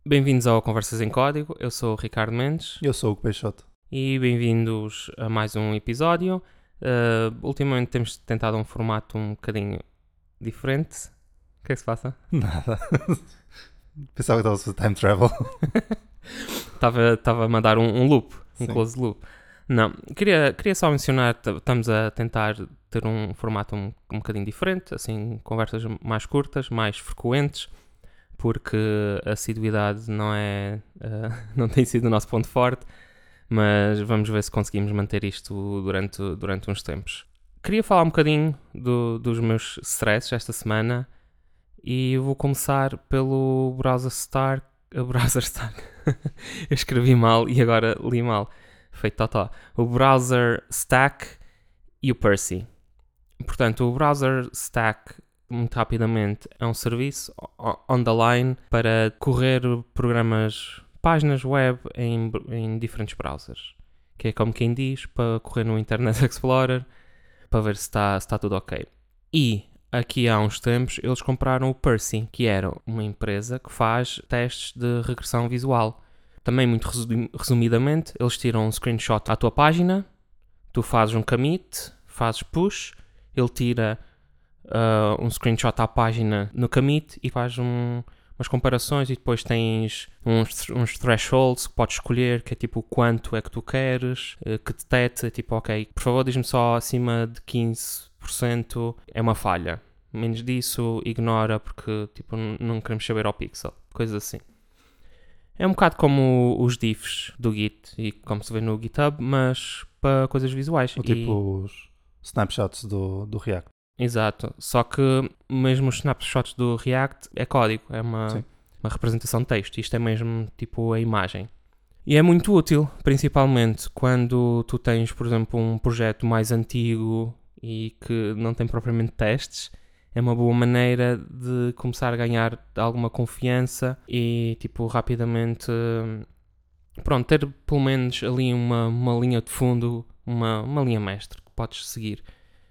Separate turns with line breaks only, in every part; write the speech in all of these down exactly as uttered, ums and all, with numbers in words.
Bem-vindos ao Conversas em Código, eu sou o Ricardo Mendes.
Eu sou o Peixoto.
E bem-vindos a mais um episódio. Uh, ultimamente temos tentado um formato um bocadinho diferente. O que é que se passa?
Nada. Pensava que estava a fazer time travel.
Estava a mandar um, um loop, um
Sim.
close loop. Não, queria, queria só mencionar, estamos a tentar ter um formato um, um bocadinho diferente, assim, conversas mais curtas, mais frequentes, porque a assiduidade não é, uh, não tem sido o nosso ponto forte, mas vamos ver se conseguimos manter isto durante, durante uns tempos. Queria falar um bocadinho do, dos meus stresses esta semana e vou começar pelo Browser Stack. O Browser Stack. Eu escrevi mal e agora li mal. Feito totó. O Browser Stack e o Percy. Portanto, o Browser Stack, muito rapidamente, é um serviço on the line para correr programas, páginas web em, em diferentes browsers. Que é como quem diz, para correr no Internet Explorer, para ver se está, se está tudo ok. E aqui há uns tempos eles compraram o Percy, que era uma empresa que faz testes de regressão visual. Também muito resumidamente, eles tiram um screenshot à tua página, tu fazes um commit, fazes push, ele tira uh, um screenshot à página no commit e faz um, umas comparações e depois tens uns, uns thresholds que podes escolher, que é tipo quanto é que tu queres, uh, que detecta, tipo ok, por favor diz-me só acima de quinze por cento é uma falha. Menos disso, ignora porque tipo, não queremos saber ao pixel. Coisas assim. É um bocado como os diffs do Git e como se vê no GitHub, mas para coisas visuais.
Ou tipo e... os snapshots do, do React.
Exato. Só que mesmo os snapshots do React é código. É uma, uma representação de texto. Isto é mesmo tipo a imagem. E é muito útil, principalmente quando tu tens, por exemplo, um projeto mais antigo e que não tem propriamente testes. É uma boa maneira de começar a ganhar alguma confiança e, tipo, rapidamente, pronto, ter pelo menos ali uma, uma linha de fundo, uma, uma linha mestre que podes seguir.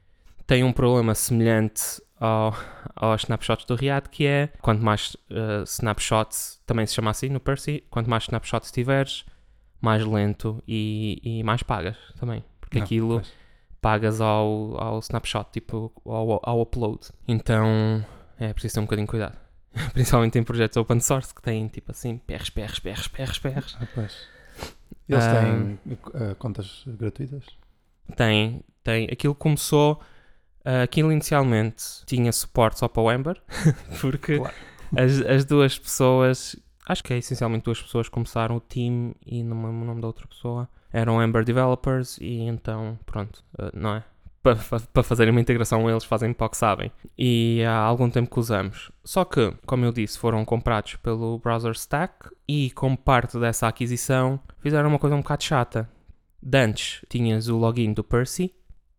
Tem um problema semelhante ao, aos snapshots do React, que é, quanto mais uh, snapshots, também se chama assim no Percy, quanto mais snapshots tiveres, mais lento e, e mais pagas também. Porque não, aquilo... Pois. Pagas ao, ao snapshot, tipo, ao, ao upload. Então, é preciso ter um bocadinho de cuidado. Principalmente em projetos open source, que têm, tipo assim, perres, perres, perres, perres, perres.
Ah, pois. Eles uh, têm uh, contas gratuitas?
Tem, tem. Aquilo começou... Uh, aquilo inicialmente tinha suporte só para o Ember, porque claro. as, as duas pessoas... Acho que é essencialmente duas pessoas que começaram o team e não me lembro o nome da outra pessoa. Eram Ember Developers e então, pronto, não é? Para pa fazerem uma integração eles fazem para o que sabem. E há algum tempo que usamos. Só que, como eu disse, foram comprados pelo Browser Stack e como parte dessa aquisição fizeram uma coisa um bocado chata. De antes tinhas o login do Percy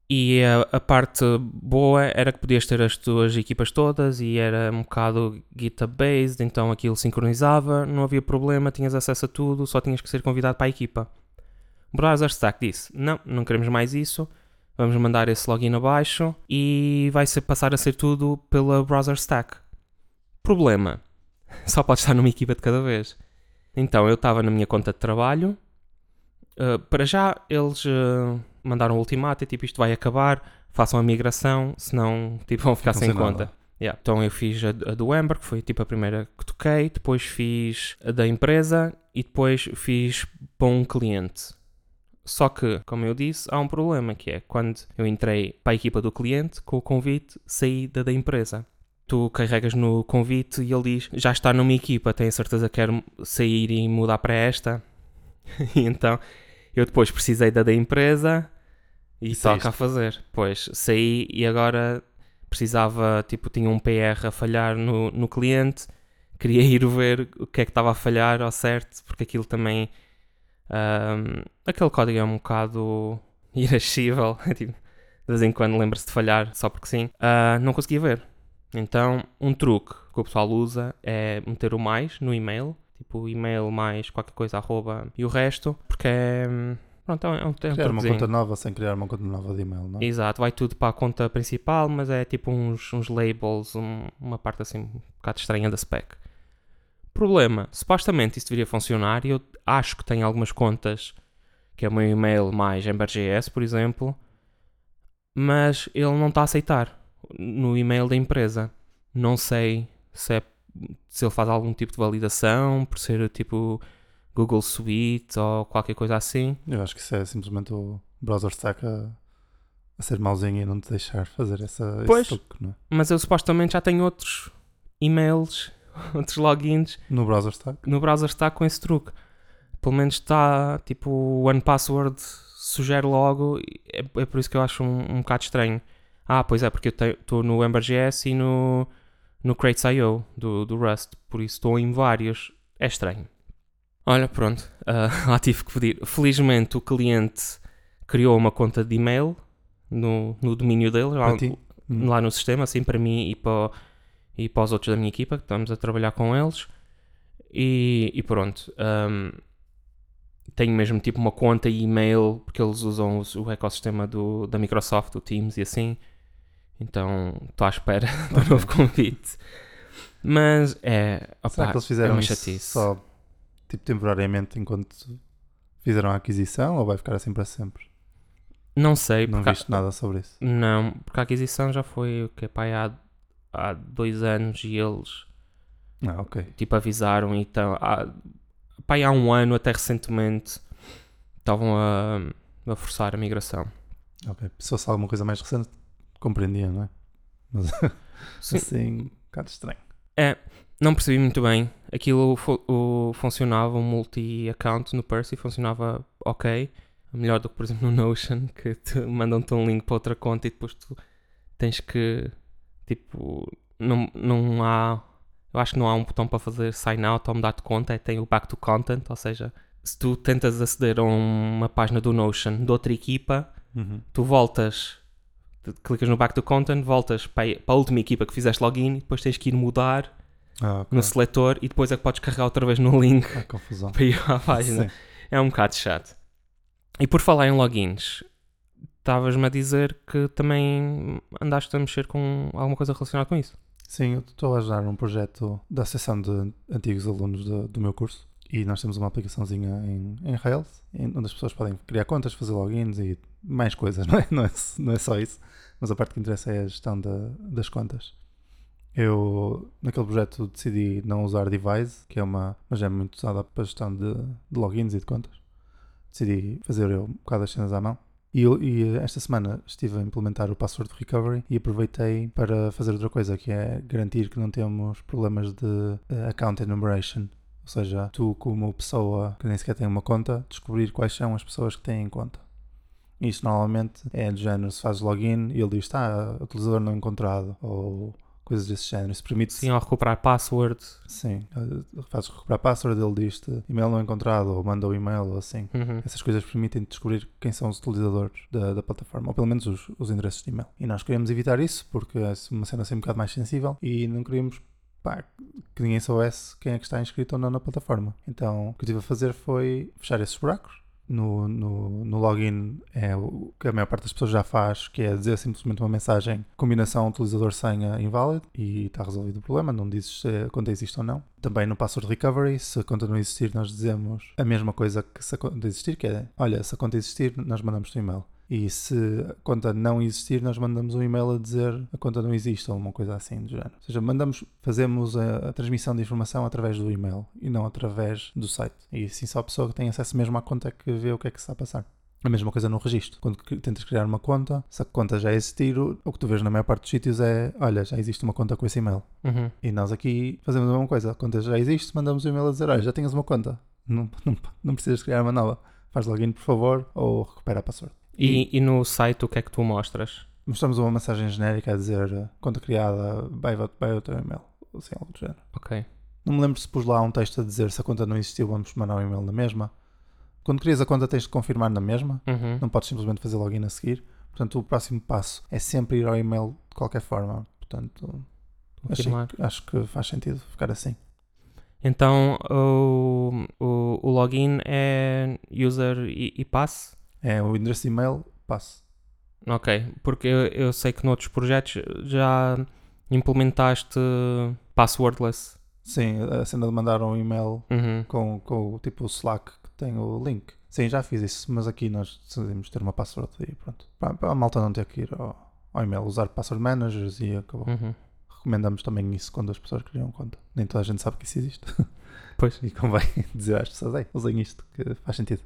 e a, a parte boa era que podias ter as tuas equipas todas e era um bocado GitHub-based, então aquilo sincronizava, não havia problema, tinhas acesso a tudo, só tinhas que ser convidado para a equipa. O Browser Stack disse, não, não queremos mais isso, vamos mandar esse login abaixo e vai ser, passar a ser tudo pela Browser Stack. Problema, só pode estar numa equipa de cada vez. Então eu estava na minha conta de trabalho, uh, para já eles uh, mandaram o ultimato, tipo isto vai acabar, façam a migração, senão tipo, vão ficar sem conta. Yeah. Então eu fiz a, a do Ember, que foi tipo a primeira que toquei, depois fiz a da empresa e depois fiz para um cliente. Só que, como eu disse, há um problema, que é quando eu entrei para a equipa do cliente, com o convite, saí da da empresa. Tu carregas no convite e ele diz, já está numa equipa, tenho certeza que quero sair e mudar para esta. E então, eu depois precisei da da empresa e toca a fazer. Pois, saí e agora precisava, tipo, tinha um P R a falhar no, no cliente, queria ir ver o que é que estava a falhar ao certo, porque aquilo também... Um, aquele código é um bocado irascível, tipo, de vez em quando lembra-se de falhar só porque sim. Uh, não conseguia ver. Então, um truque que o pessoal usa é meter o mais no e-mail, tipo e-mail mais qualquer coisa, arroba, e o resto, porque é... Pronto, é um, é um
criar uma conta nova sem criar uma conta nova de e-mail, não é?
Exato, vai tudo para a conta principal, mas é tipo uns, uns labels, um, uma parte assim um bocado estranha da spec. Problema, supostamente isso deveria funcionar e eu acho que tenho algumas contas, que é o meu e-mail mais Ember.js, por exemplo, mas ele não está a aceitar no e-mail da empresa. Não sei se, é, se ele faz algum tipo de validação, por ser tipo Google Suite ou qualquer coisa assim.
Eu acho que isso é simplesmente o browser stack a, a ser mauzinho e não te deixar fazer essa,
pois,
esse truque, não é?
Mas eu supostamente já tenho outros e-mails, outros logins
no browser stack.
No browser stack com esse truque. Pelo menos está, tipo, o OnePassword sugere logo, é, é por isso que eu acho um, um bocado estranho. Ah, pois é, porque eu estou no Ember.js e no, no Crates ponto i o do, do Rust, por isso estou em vários. É estranho. Olha, pronto, uh, lá tive que pedir. Felizmente o cliente criou uma conta de e-mail no, no domínio dele, lá, lá no sistema, assim, para mim e para, e para os outros da minha equipa, que estamos a trabalhar com eles. E, e pronto. Um, tenho mesmo tipo uma conta e e-mail, porque eles usam o, o ecossistema do, da Microsoft, o Teams e assim. Então estou à espera do okay. novo convite. Mas é. Opa,
será que eles fizeram
é uma
isso
chatice.
só tipo temporariamente enquanto fizeram a aquisição ou vai ficar assim para sempre?
Não sei.
Não
porque
viste nada sobre isso?
Não, porque a aquisição já foi o que é, pá, há, há dois anos e eles
ah, okay.
tipo avisaram. Então, há, pá, há um ano até recentemente estavam a, a forçar a migração.
Ok, se fosse alguma coisa mais recente compreendia, não é? Mas assim, um bocado estranho.
É, não percebi muito bem. Aquilo fu- o, funcionava, o multi-account no Percy funcionava ok. Melhor do que, por exemplo, no Notion, que te mandam-te um link para outra conta e depois tu tens que, tipo, não, não há, eu acho que não há um botão para fazer sign out ou mudar de conta, é, tem o back to content, ou seja, se tu tentas aceder a uma página do Notion de outra equipa,
uhum.
tu voltas, clicas no back to content, voltas para a, para a última equipa que fizeste login e depois tens que ir mudar
ah, okay.
no seletor e depois é que podes carregar outra vez no link
ah, confusão.
para ir à página. Sim. É um bocado chato. E por falar em logins, estavas-me a dizer que também andaste a mexer com alguma coisa relacionada com isso.
Sim, eu estou a ajudar num projeto da associação de antigos alunos de, do meu curso e nós temos uma aplicaçãozinha em, em Rails onde as pessoas podem criar contas, fazer logins e mais coisas, não é? Não é, não é só isso, mas a parte que interessa é a gestão da, das contas. Eu, naquele projeto, decidi não usar Devise, que é uma, mas é muito usada para a gestão de, de logins e de contas. Decidi fazer eu um bocado as cenas à mão. E, eu, e esta semana estive a implementar o Password Recovery e aproveitei para fazer outra coisa, que é garantir que não temos problemas de uh, account enumeration. Ou seja, tu como pessoa que nem sequer tem uma conta, descobrir quais são as pessoas que têm conta. Isto normalmente é do género, se fazes login e ele diz, está, ah, utilizador não encontrado, ou coisas desse género. Isso permite...
Sim, ao recuperar password.
Sim, fazes recuperar password, ele diz-te e-mail não encontrado, ou manda o e-mail, ou assim.
Uhum.
Essas coisas permitem descobrir quem são os utilizadores da, da plataforma, ou pelo menos os, os endereços de e-mail. E nós queríamos evitar isso, porque é uma cena assim um bocado mais sensível, e não queríamos pá, que ninguém soubesse quem é que está inscrito ou não na plataforma. Então, o que eu tive a fazer foi fechar esses buracos. No, no, no login é o que a maior parte das pessoas já faz, que é dizer simplesmente uma mensagem combinação utilizador-senha inválido e está resolvido o problema, não dizes se a conta existe ou não. Também no Password Recovery, se a conta não existir, nós dizemos a mesma coisa que se a conta existir, que é, olha, se a conta existir, nós mandamos o e-mail. E se a conta não existir, nós mandamos um e-mail a dizer a conta não existe ou uma coisa assim do género. Ou seja, mandamos, fazemos a, a transmissão de informação através do e-mail e não através do site. E assim só a pessoa que tem acesso mesmo à conta é que vê o que é que se está a passar. A mesma coisa no registro. Quando tentas criar uma conta, se a conta já existir, o que tu vês na maior parte dos sítios é, olha, já existe uma conta com esse e-mail.
Uhum.
E nós aqui fazemos a mesma coisa. A conta já existe, mandamos um e-mail a dizer, olha, já tinhas uma conta. Não, não, não precisas criar uma nova. Faz login, por favor, ou recupera a password.
E, e no site o que é que tu mostras?
Mostramos uma mensagem genérica a dizer conta criada, vai o teu e-mail, assim, algo do género.
Ok.
Não me lembro se pus lá um texto a dizer se a conta não existiu, vamos mandar um e-mail na mesma. Quando crias a conta tens de confirmar na mesma,
uhum.
não podes simplesmente fazer login a seguir. Portanto, o próximo passo é sempre ir ao e-mail de qualquer forma. Portanto, acho, acho que faz sentido ficar assim.
Então, o, o, o login é user e, e pass?
É o endereço de e-mail, passe.
Ok, porque eu, eu sei que noutros projetos já implementaste passwordless.
Sim, a cena de mandar um e-mail
Uhum.
com, com tipo o Slack que tem o link. Sim, já fiz isso, mas aqui nós decidimos ter uma password e pronto. Para, para a malta não ter que ir ao, ao e-mail, usar password managers e acabou.
Uhum.
Recomendamos também isso quando as pessoas criam conta. Nem toda a gente sabe que isso existe.
Pois.
E convém dizer às pessoas, ei, usem isto, que faz sentido.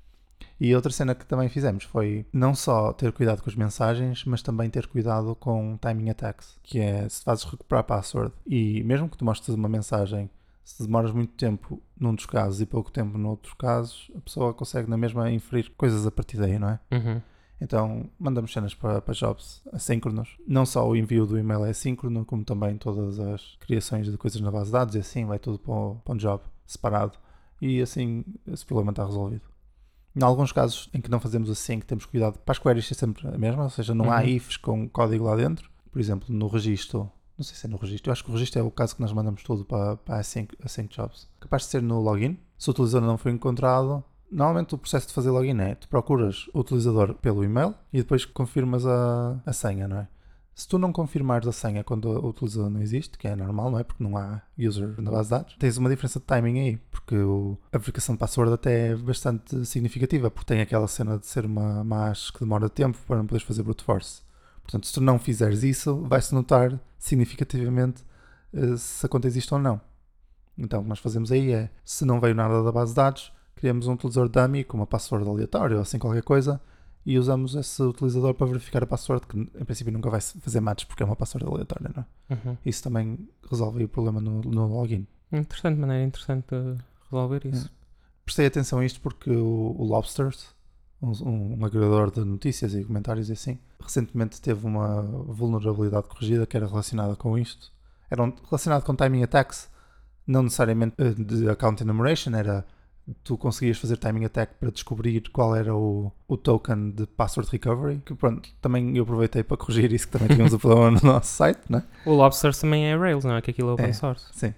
E outra cena que também fizemos foi não só ter cuidado com as mensagens, mas também ter cuidado com timing attacks, que é se fazes recuperar a password e mesmo que tu mostres uma mensagem, se demoras muito tempo num dos casos e pouco tempo no outros casos, a pessoa consegue na mesma inferir coisas a partir daí, não é?
Uhum.
Então mandamos cenas para, para jobs assíncronos. Não só o envio do e-mail é assíncrono, como também todas as criações de coisas na base de dados e assim vai tudo para, o, para um job separado. E assim esse problema está resolvido. Em alguns casos em que não fazemos assim, que temos cuidado para as queries ser sempre a mesma, ou seja, não uhum. há ifs com código lá dentro. Por exemplo, no registro, não sei se é no registro, eu acho que o registro é o caso que nós mandamos tudo para, para async, async jobs. Capaz de ser no login. Se o utilizador não foi encontrado, normalmente o processo de fazer login é, tu procuras o utilizador pelo e-mail e depois confirmas a, a senha, não é? Se tu não confirmares a senha quando o utilizador não existe, que é normal, não é? Porque não há user na base de dados, tens uma diferença de timing aí, porque o, a verificação de password até é bastante significativa, porque tem aquela cena de ser uma, uma hash que demora tempo para não poderes fazer brute force. Portanto, se tu não fizeres isso, vai-se notar significativamente uh, se a conta existe ou não. Então, o que nós fazemos aí é, se não veio nada da base de dados, criamos um utilizador dummy com uma password aleatória ou assim qualquer coisa, e usamos esse utilizador para verificar a password, que em princípio nunca vai fazer match porque é uma password aleatória, não é?
Uhum.
Isso também resolve o problema no, no login.
Interessante, maneira interessante de resolver isso.
É. Prestei atenção a isto porque o, o Lobsters, um, um, um agregador de notícias e comentários e assim, recentemente teve uma vulnerabilidade corrigida que era relacionada com isto. Era um, relacionado com timing attacks, não necessariamente uh, de account enumeration, era tu conseguias fazer timing attack para descobrir qual era o, o token de password recovery, que pronto, também eu aproveitei para corrigir isso, que também tínhamos o problema no nosso site, não é?
O Lobsters também é Rails, não é? Que aquilo é open
é,
source.
Sim.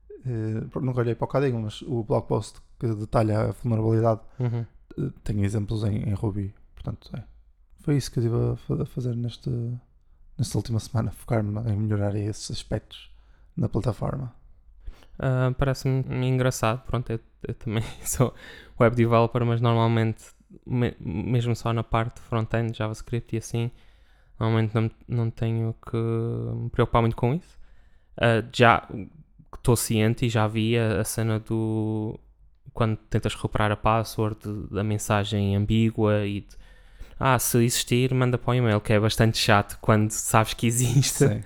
Uh, nunca olhei para o código, mas o blog post que detalha a vulnerabilidade
uhum.
uh, tem exemplos em, em Ruby, portanto é. Foi isso que eu estive a fazer neste, nesta última semana, focar-me em melhorar esses aspectos na plataforma.
Uh, parece-me engraçado, pronto, eu, eu também sou web developer, mas normalmente, me, mesmo só na parte front-end, JavaScript e assim, normalmente não, não tenho que me preocupar muito com isso. Uh, já estou ciente e já vi a, a cena do quando tentas recuperar a password, da mensagem ambígua e de, ah, se existir, manda para o e-mail, que é bastante chato quando sabes que existe.
Sim.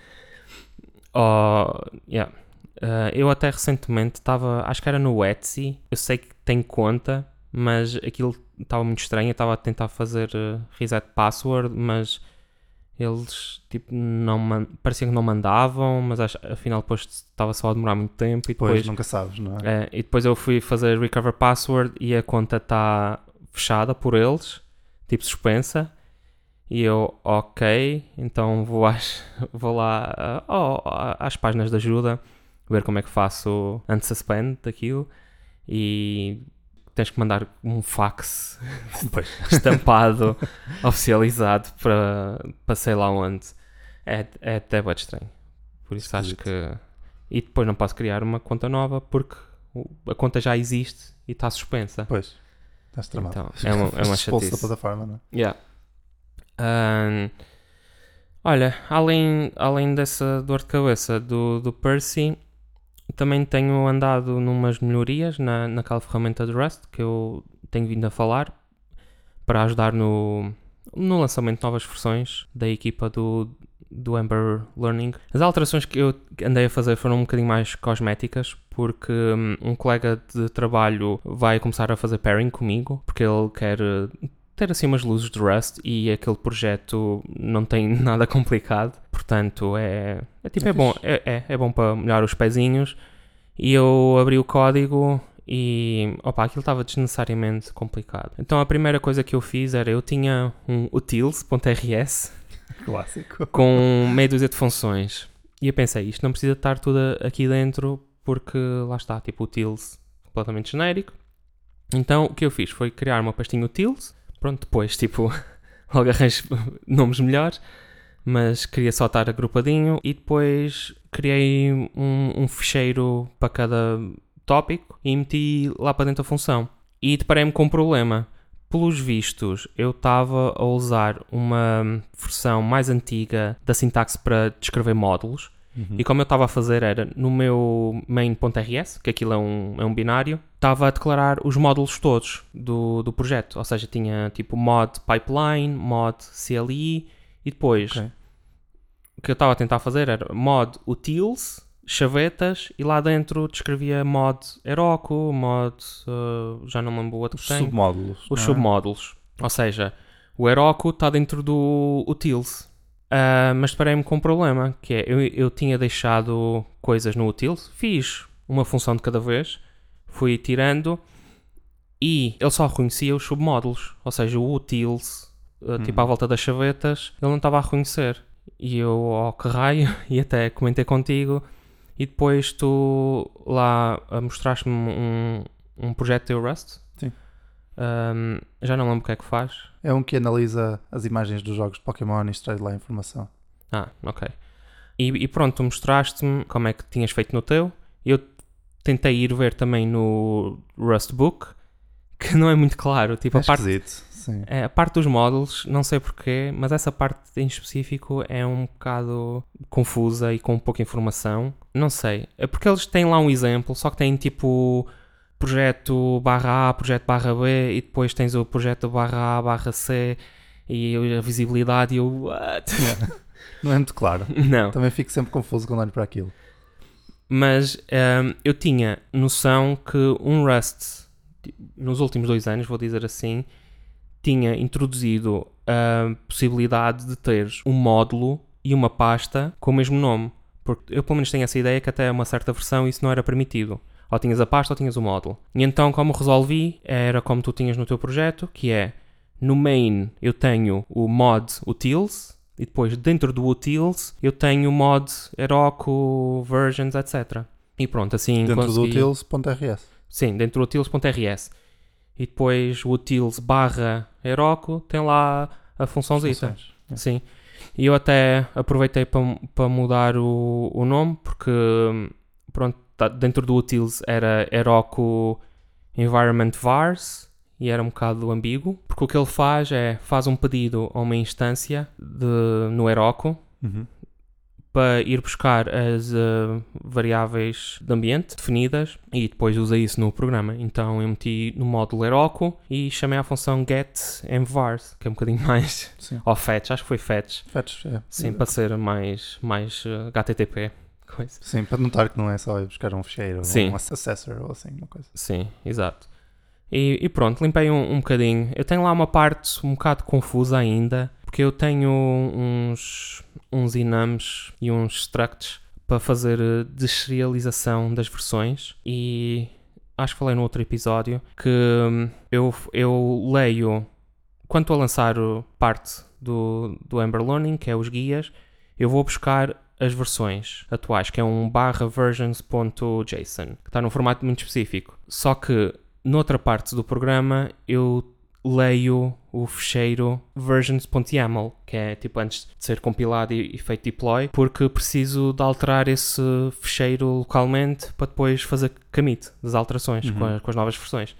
Oh, yeah. Uh, eu até recentemente estava, acho que era no Etsy, eu sei que tenho conta, mas aquilo estava muito estranho, eu estava a tentar fazer uh, reset password, mas eles tipo não man- parecia que não mandavam, mas acho, afinal depois estava só a demorar muito tempo e depois,
pois, nunca sabes, não é?
Uh, e depois eu fui fazer recover password e a conta está fechada por eles, tipo suspensa. E eu, ok, então vou, às, vou lá uh, oh, às páginas de ajuda, ver como é que faço unsuspend daquilo e tens que mandar um fax estampado, oficializado para, para sei lá onde. É, é até bem estranho. Por isso acho que... E depois não posso criar uma conta nova porque a conta já existe e está suspensa.
Pois, estás tramado.
Então, é uma, é uma chatice.
da plataforma, não é?
Yeah. Um, olha, além, além dessa dor de cabeça do, do Percy, também tenho andado numas melhorias na, naquela ferramenta de Rust que eu tenho vindo a falar para ajudar no, no lançamento de novas versões da equipa do, do Ember Learning. As alterações que eu andei a fazer foram um bocadinho mais cosméticas, porque um, um colega de trabalho vai começar a fazer pairing comigo, porque ele quer ter assim umas luzes de Rust e aquele projeto não tem nada complicado, portanto é, é, tipo, é, bom, é, é, é bom para molhar os pezinhos. E eu abri o código e opa, aquilo estava desnecessariamente complicado. Então a primeira coisa que eu fiz era, eu tinha um utils.rs
clássico
com meia dúzia de funções e eu pensei, isto não precisa estar tudo aqui dentro porque lá está, tipo utils completamente genérico. Então o que eu fiz foi criar uma pastinha utils. Pronto, depois, tipo, logo arranjo nomes melhores, mas queria só estar agrupadinho e depois criei um, um ficheiro para cada tópico e meti lá para dentro a função. E deparei-me com um problema. Pelos vistos, eu estava a usar uma versão mais antiga da sintaxe para descrever módulos. Uhum. E como eu estava a fazer era, no meu main.rs, que aquilo é um, é um binário, estava a declarar os módulos todos do, do projeto. Ou seja, tinha tipo mod pipeline, mod C L I e depois okay. o que eu estava a tentar fazer era mod utils, chavetas, e lá dentro descrevia mod Heroku, mod, uh, já não me lembro o outro que tem.
Submódulos.
Os submódulos. Ou seja, o Heroku está dentro do utils. Uh, mas deparei-me com um problema, que é, eu, eu tinha deixado coisas no utils, fiz uma função de cada vez, fui tirando, e ele só reconhecia os submódulos. Ou seja, o utils, uh, hum. tipo à volta das chavetas, ele não estava a reconhecer. E eu, ó, oh, que raio, e até comentei contigo, e depois tu lá mostraste-me um, um projeto teu Rust.
Sim.
Um, já não lembro o que é que faz.
É um que analisa as imagens dos jogos de Pokémon e extrai lá a informação.
Ah, ok. E, e pronto, tu mostraste-me como é que tinhas feito no teu. Eu tentei ir ver também no Rust Book, que não é muito claro. Tipo,
é
a parte,
esquisito. Sim.
É, a parte dos módulos, não sei porquê, mas essa parte em específico é um bocado confusa e com pouca informação. Não sei. É porque eles têm lá um exemplo, só que têm tipo projeto barra A, projeto barra B, e depois tens o projeto barra A, barra C, e a visibilidade e o what?
Yeah. Não é muito claro.
Não.
Também fico sempre confuso quando olho para aquilo.
Mas um, eu tinha noção que um Rust, nos últimos dois anos, vou dizer assim, tinha introduzido a possibilidade de teres um módulo e uma pasta com o mesmo nome. Porque eu pelo menos tenho essa ideia que até uma certa versão isso não era permitido. Ou tinhas a pasta ou tinhas o módulo. E então como resolvi, era como tu tinhas no teu projeto, que é, no main eu tenho o mod utils, e depois dentro do utils eu tenho o mod Heroku, versions, etcétera. E pronto, assim
dentro
consegui...
do utils.rs.
Sim, dentro do utils.rs. E depois o utils barra Heroku tem lá a funçãozita.
É.
Sim. E eu até aproveitei para pa mudar o, o nome, porque pronto, tá, dentro do utils era Heroku Environment Vars e era um bocado ambíguo, porque o que ele faz é, faz um pedido a uma instância de, no Heroku,
uhum.
para ir buscar as uh, variáveis de ambiente definidas e depois usa isso no programa. Então eu meti no módulo Heroku e chamei a função getMvars, que é um bocadinho mais...
Sim.
Ou fetch, acho que foi fetch.
Fetch, é.
Sim, é. Para ser mais, mais uh, H T T P. Coisa.
Sim, para notar que não é só ir buscar um ficheiro
Sim.
ou um accessor ou assim, uma coisa.
Sim, exato. E, e pronto, limpei um, um bocadinho. Eu tenho lá uma parte um bocado confusa ainda, porque eu tenho uns, uns enums e uns structs para fazer deserialização das versões, e acho que falei no outro episódio que eu, eu leio, quando estou a lançar parte do, do Ember Learning, que é os guias, eu vou buscar as versões atuais, que é um barra versions.json, que está num formato muito específico. Só que noutra parte do programa eu leio o ficheiro versions.yaml, que é tipo antes de ser compilado e, e feito deploy, porque preciso de alterar esse ficheiro localmente para depois fazer commit das alterações uhum. com, a, com as novas versões.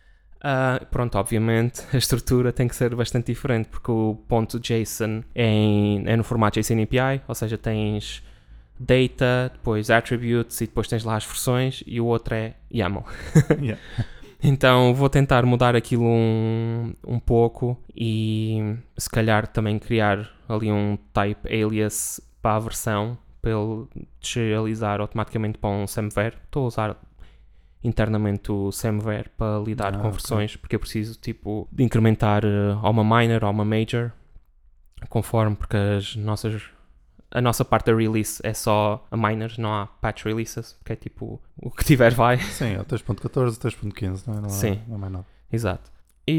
Uh, pronto, obviamente a estrutura tem que ser bastante diferente, porque o .json é, em, é no formato JSON A P I, ou seja, tens data, depois attributes e depois tens lá as versões, e o outro é YAML.
Yeah.
Então vou tentar mudar aquilo um, um pouco e se calhar também criar ali um type alias para a versão, para ele deserializar automaticamente para um semver. Estou a usar internamente o semver para lidar ah, com versões, okay. porque eu preciso tipo de incrementar uh, a uma minor ou uma major, conforme, porque as nossas... A nossa parte da release é só a minors, não há patch releases, que é tipo o que tiver vai.
Sim, é o três ponto catorze, três ponto quinze, não é? Não
Sim,
há, não há mais nada.
Exato.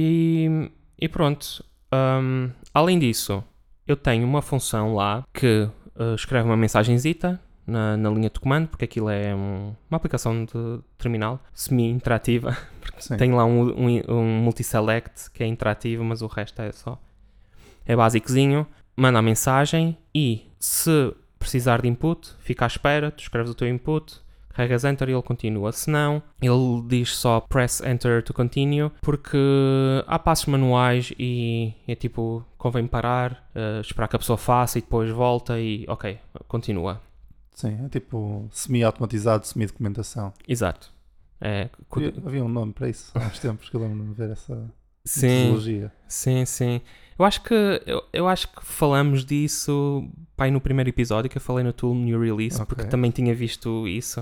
E, e pronto. Um, além disso, eu tenho uma função lá que uh, escreve uma mensagenzita na, na linha de comando, porque aquilo é um, uma aplicação de terminal semi-interativa. Tem lá um, um, um multiselect que é interativo, mas o resto é só... É basicozinho. Manda a mensagem e se precisar de input, fica à espera, tu escreves o teu input, carregas Enter e ele continua. Se não, ele diz só Press Enter to continue, porque há passos manuais e é tipo, convém parar, uh, esperar que a pessoa faça e depois volta e ok, continua.
Sim, é tipo semi-automatizado, semi-documentação.
Exato. É,
havia, havia um nome para isso há uns tempos que eu lembro-me de ver essa
sim,
metodologia.
Sim, sim. Eu acho que, eu, eu acho que falamos disso pai, no primeiro episódio que eu falei no Tool New Release, okay. Porque também tinha visto isso.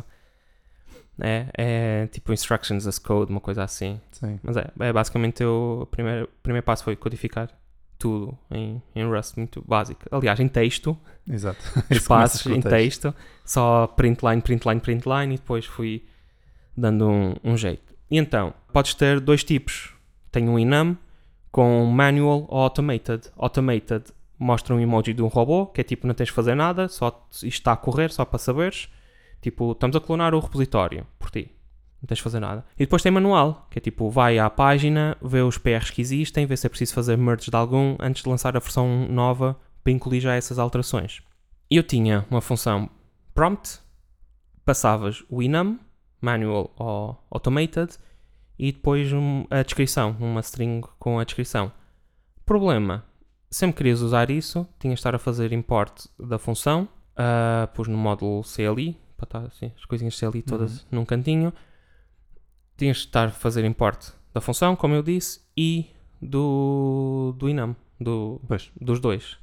É, é tipo Instructions as Code, uma coisa assim.
Sim.
Mas é, é basicamente eu, o primeiro, o primeiro passo foi codificar tudo em, em Rust, muito básico. Aliás, em texto.
Exato.
Espaços em texto. Só print line, print line, print line e depois fui dando um, um jeito. E então, podes ter dois tipos. Tem um enum com manual ou automated. Automated mostra um emoji de um robô, que é tipo, não tens de fazer nada, só isto está a correr, só para saberes. Tipo, estamos a clonar o repositório por ti. Não tens de fazer nada. E depois tem manual, que é tipo, vai à página, vê os P Rs que existem, vê se é preciso fazer merge de algum antes de lançar a versão nova para incluir já essas alterações. Eu tinha uma função prompt, passavas o enum, manual ou automated, e depois um, a descrição, uma string com a descrição. Problema, sempre querias usar isso, tinhas de estar a fazer import da função, uh, pus no módulo C L I, para estar assim, as coisinhas C L I todas uhum. num cantinho, tinhas de estar a fazer import da função, como eu disse, e do, do enum, do, dos dois.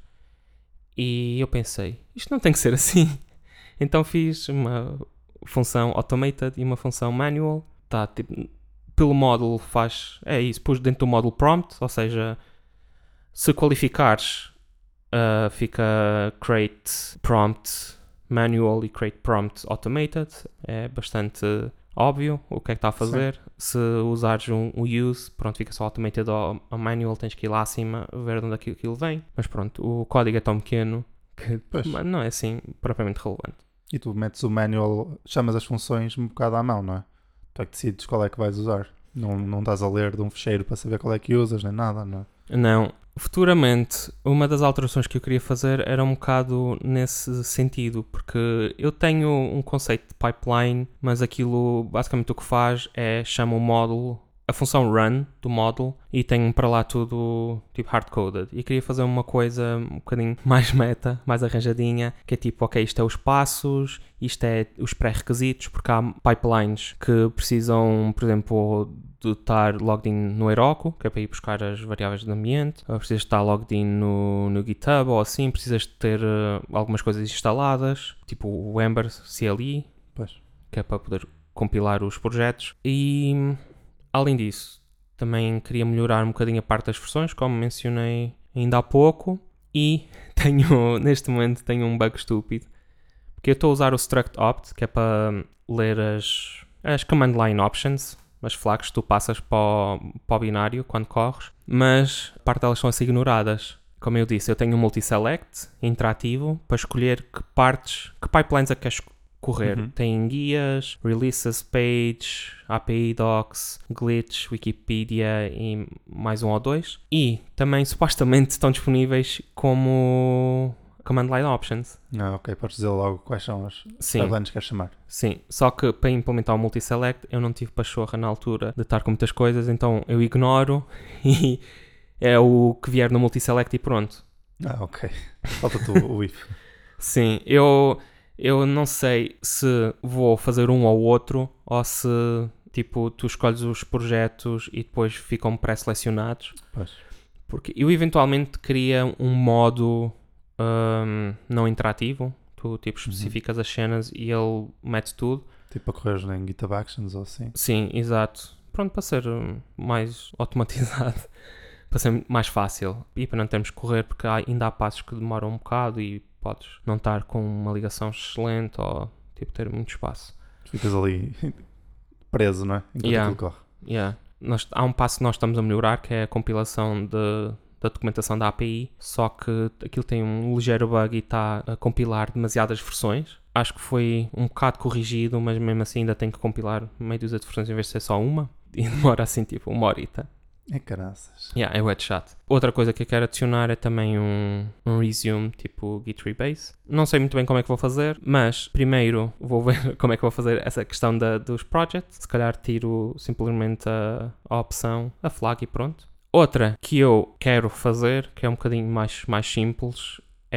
E eu pensei, isto não tem que ser assim. Então fiz uma função automated e uma função manual, tá, tipo, pelo módulo faz, é isso, pus dentro do módulo prompt, ou seja, se qualificares, uh, fica create prompt manual e create prompt automated, é bastante óbvio o que é que está a fazer. Sim. Se usares um, um use, pronto, fica só automated ou, ou manual, tens que ir lá acima ver de onde aquilo, aquilo vem, mas pronto, o código é tão pequeno que não é assim propriamente relevante.
E tu metes o manual, chamas as funções um bocado à mão, não é? Tu é que decides qual é que vais usar. Não, não estás a ler de um fecheiro para saber qual é que usas, nem nada, não é?
Não. Futuramente, uma das alterações que eu queria fazer era um bocado nesse sentido, porque eu tenho um conceito de pipeline, mas aquilo, basicamente o que faz é chama o módulo, a função run do módulo, e tenho para lá tudo tipo hard-coded. E queria fazer uma coisa um bocadinho mais meta, mais arranjadinha, que é tipo, ok, isto é os passos, isto é os pré-requisitos, porque há pipelines que precisam, por exemplo, de estar logged in no Heroku, que é para ir buscar as variáveis do ambiente, ou precisas estar logged in no, no GitHub, ou assim, precisas de ter uh, algumas coisas instaladas, tipo o Ember C L I,
pois.
Que é para poder compilar os projetos. E além disso, também queria melhorar um bocadinho a parte das versões, como mencionei ainda há pouco, e tenho, neste momento tenho um bug estúpido, porque eu estou a usar o struct opt, que é para ler as, as command line options, as flags que tu passas para o, para o binário quando corres, mas parte delas são assim ignoradas. Como eu disse, eu tenho um multi-select interativo para escolher que partes, que pipelines é que queres correr. Uhum. Tem guias, releases page, A P I docs, glitch, Wikipedia e mais um ou dois. E também supostamente estão disponíveis como command line options.
Ah, ok, podes dizer logo quais são as pipelines que queres chamar.
Sim, só que para implementar o multi-select eu não tive pachorra na altura de estar com muitas coisas, então eu ignoro e é o que vier no multi-select e pronto.
Ah, ok. Falta-te o if.
Sim, eu, eu não sei se vou fazer um ou outro ou se tipo tu escolhes os projetos e depois ficam pré-selecionados.
Pois.
Porque eu eventualmente queria um modo um, não interativo. Tu tipo especificas uhum. as cenas e ele mete tudo.
Tipo para correres em GitHub Actions ou assim.
Sim, exato. Pronto, para ser mais automatizado. Para ser mais fácil. E para não termos que correr, porque há, ainda há passos que demoram um bocado e podes não estar com uma ligação excelente ou tipo ter muito espaço.
Ficas ali preso, não é? Enquanto
yeah.
aquilo corre.
Yeah. Nós, há um passo que nós estamos a melhorar, que é a compilação de, da documentação da A P I, só que aquilo tem um ligeiro bug e está a compilar demasiadas versões. Acho que foi um bocado corrigido, mas mesmo assim ainda tem que compilar meia dúzia de versões em vez de ser só uma. E demora assim tipo uma horita.
É caraças.
Yeah, é bué de chato. Outra coisa que eu quero adicionar é também um, um resume tipo Git Rebase. Não sei muito bem como é que vou fazer, mas primeiro vou ver como é que vou fazer essa questão da, dos projects. Se calhar tiro simplesmente a, a opção, a flag e pronto. Outra que eu quero fazer, que é um bocadinho mais, mais simples,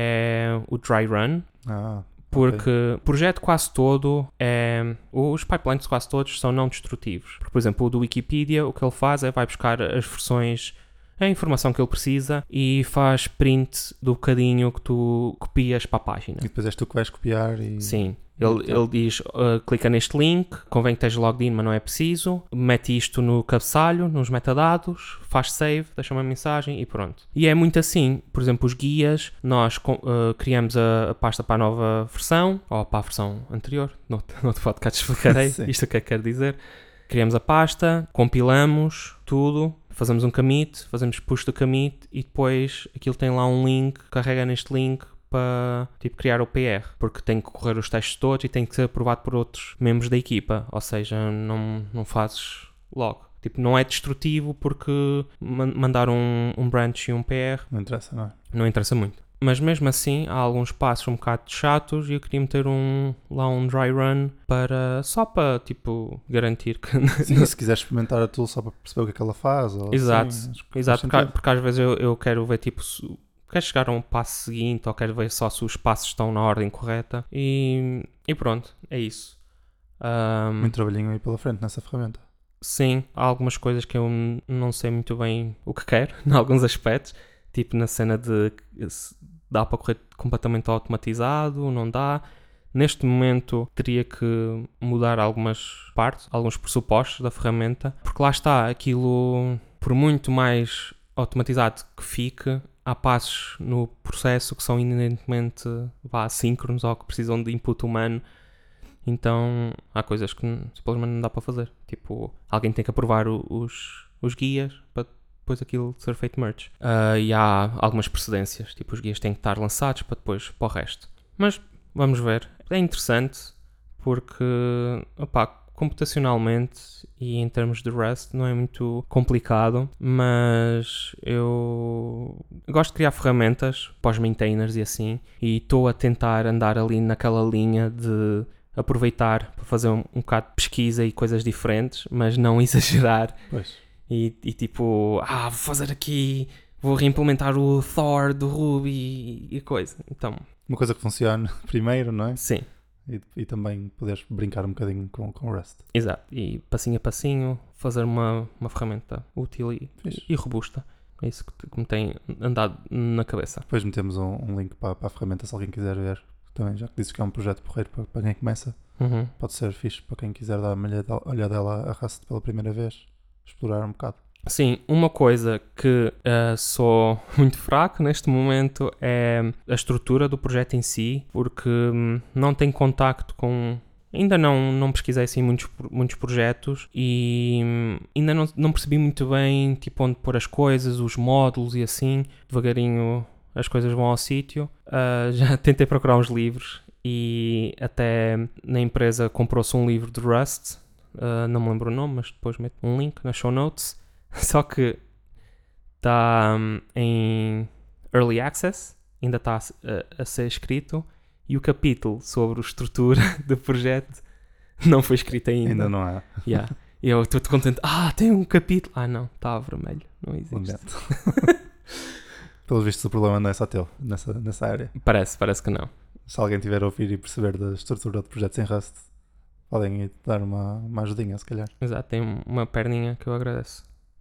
é o dry run.
Ah,
Porque
ok.
o projeto quase todo, é, os pipelines quase todos são não destrutivos. Por exemplo, o do Wikipedia, o que ele faz é vai buscar as versões, a informação que ele precisa e faz print do bocadinho que tu copias para a página.
E depois és tu que vais copiar e...
Sim. Ele, ele diz, uh, clica neste link, convém que esteja logged in, mas não é preciso. Mete isto no cabeçalho, nos metadados, faz save, deixa uma mensagem e pronto. E é muito assim. Por exemplo, os guias, nós uh, criamos a, a pasta para a nova versão, ou para a versão anterior, no, no outro podcast explicarei isto o que é que quer dizer. Criamos a pasta, compilamos tudo, fazemos um commit, fazemos push do commit e depois aquilo tem lá um link, carrega neste link para tipo, criar o P R, porque tem que correr os testes todos e tem que ser aprovado por outros membros da equipa, ou seja, não, não fazes logo. Tipo, não é destrutivo porque man- mandar um, um branch e um P R
Não interessa, não é?
não interessa muito. Mas mesmo assim, há alguns passos um bocado chatos e eu queria meter um, lá um dry run para, só para, tipo, garantir que...
Sim, se quiseres experimentar a tool só para perceber o que é que ela faz. Ou
Exato,
assim, acho que faz
exato porque,
sentido.
porque às vezes eu, eu quero ver, tipo, se, quero chegar a um passo seguinte ou quero ver só se os passos estão na ordem correta e, e pronto, é isso. Um,
Muito trabalhinho aí pela frente nessa ferramenta.
sim, há algumas coisas que eu n- não sei muito bem o que quero, em alguns aspectos, tipo na cena de se dá para correr completamente automatizado, não dá. Neste momento teria que mudar algumas partes, alguns pressupostos da ferramenta, porque lá está, aquilo, por muito mais automatizado que fique, há passos no processo que são inerentemente vá, assíncronos ou que precisam de input humano. Então há coisas que simplesmente não dá para fazer. Tipo, alguém tem que aprovar o- os, os guias para depois aquilo ser feito merge. Ah, e há algumas precedências. Tipo, os guias têm que estar lançados para depois para o resto. Mas vamos ver. É interessante porque, opá, computacionalmente e em termos de Rust não é muito complicado, mas eu gosto de criar ferramentas para os maintainers e assim, e estou a tentar andar ali naquela linha de aproveitar para fazer um, um bocado de pesquisa e coisas diferentes, mas não exagerar.
Pois.
E, e tipo, ah, vou fazer aqui, vou reimplementar o Thor do Ruby e, e coisa. Então,
Uma coisa que funcione primeiro, não é?
sim,
E, e também poderes brincar um bocadinho com, com o Rust.
exato. E passinho a passinho, fazer uma, uma ferramenta útil e,
Fixe.
e robusta. É isso que, que me tem andado na cabeça.
Depois metemos um, um link para, para a ferramenta se alguém quiser ver. Também, já que dizes que é um projeto porreiro para, para quem começa,
Uhum.
pode ser fixe para quem quiser dar uma olhada- olhadela a Rust pela primeira vez. Explorar um bocado.
Sim, uma coisa que uh, sou muito fraco neste momento é a estrutura do projeto em si, porque hum, não tenho contacto com... Ainda não, não pesquisei assim muitos, muitos projetos e hum, ainda não, não percebi muito bem tipo, onde pôr as coisas, os módulos e assim. Devagarinho as coisas vão ao sítio. Uh, já tentei procurar uns livros e até na empresa comprou-se um livro de Rust. Uh, não me lembro o nome, mas depois meto um link nas show notes. Só que está um, em Early Access, ainda está a, a ser escrito, e o capítulo sobre a estrutura do projeto não foi escrito ainda.
Ainda não há.
Yeah. E eu estou contente. Ah, tem um capítulo. Ah, não, está vermelho. Não
Um
existe.
gato. Pelos vistos, o problema não é só teu nessa, nessa área.
Parece, parece que não.
Se alguém tiver a ouvir e perceber da estrutura de projetos em Rust, podem ir dar uma, uma ajudinha, se calhar.
Exato, tem uma perninha que eu agradeço.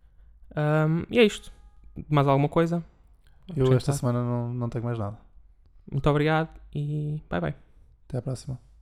Um, e é isto. Mais alguma coisa?
Eu esta
Acrescentar?
semana não, não tenho mais nada.
Muito obrigado e bye bye.
Até à próxima.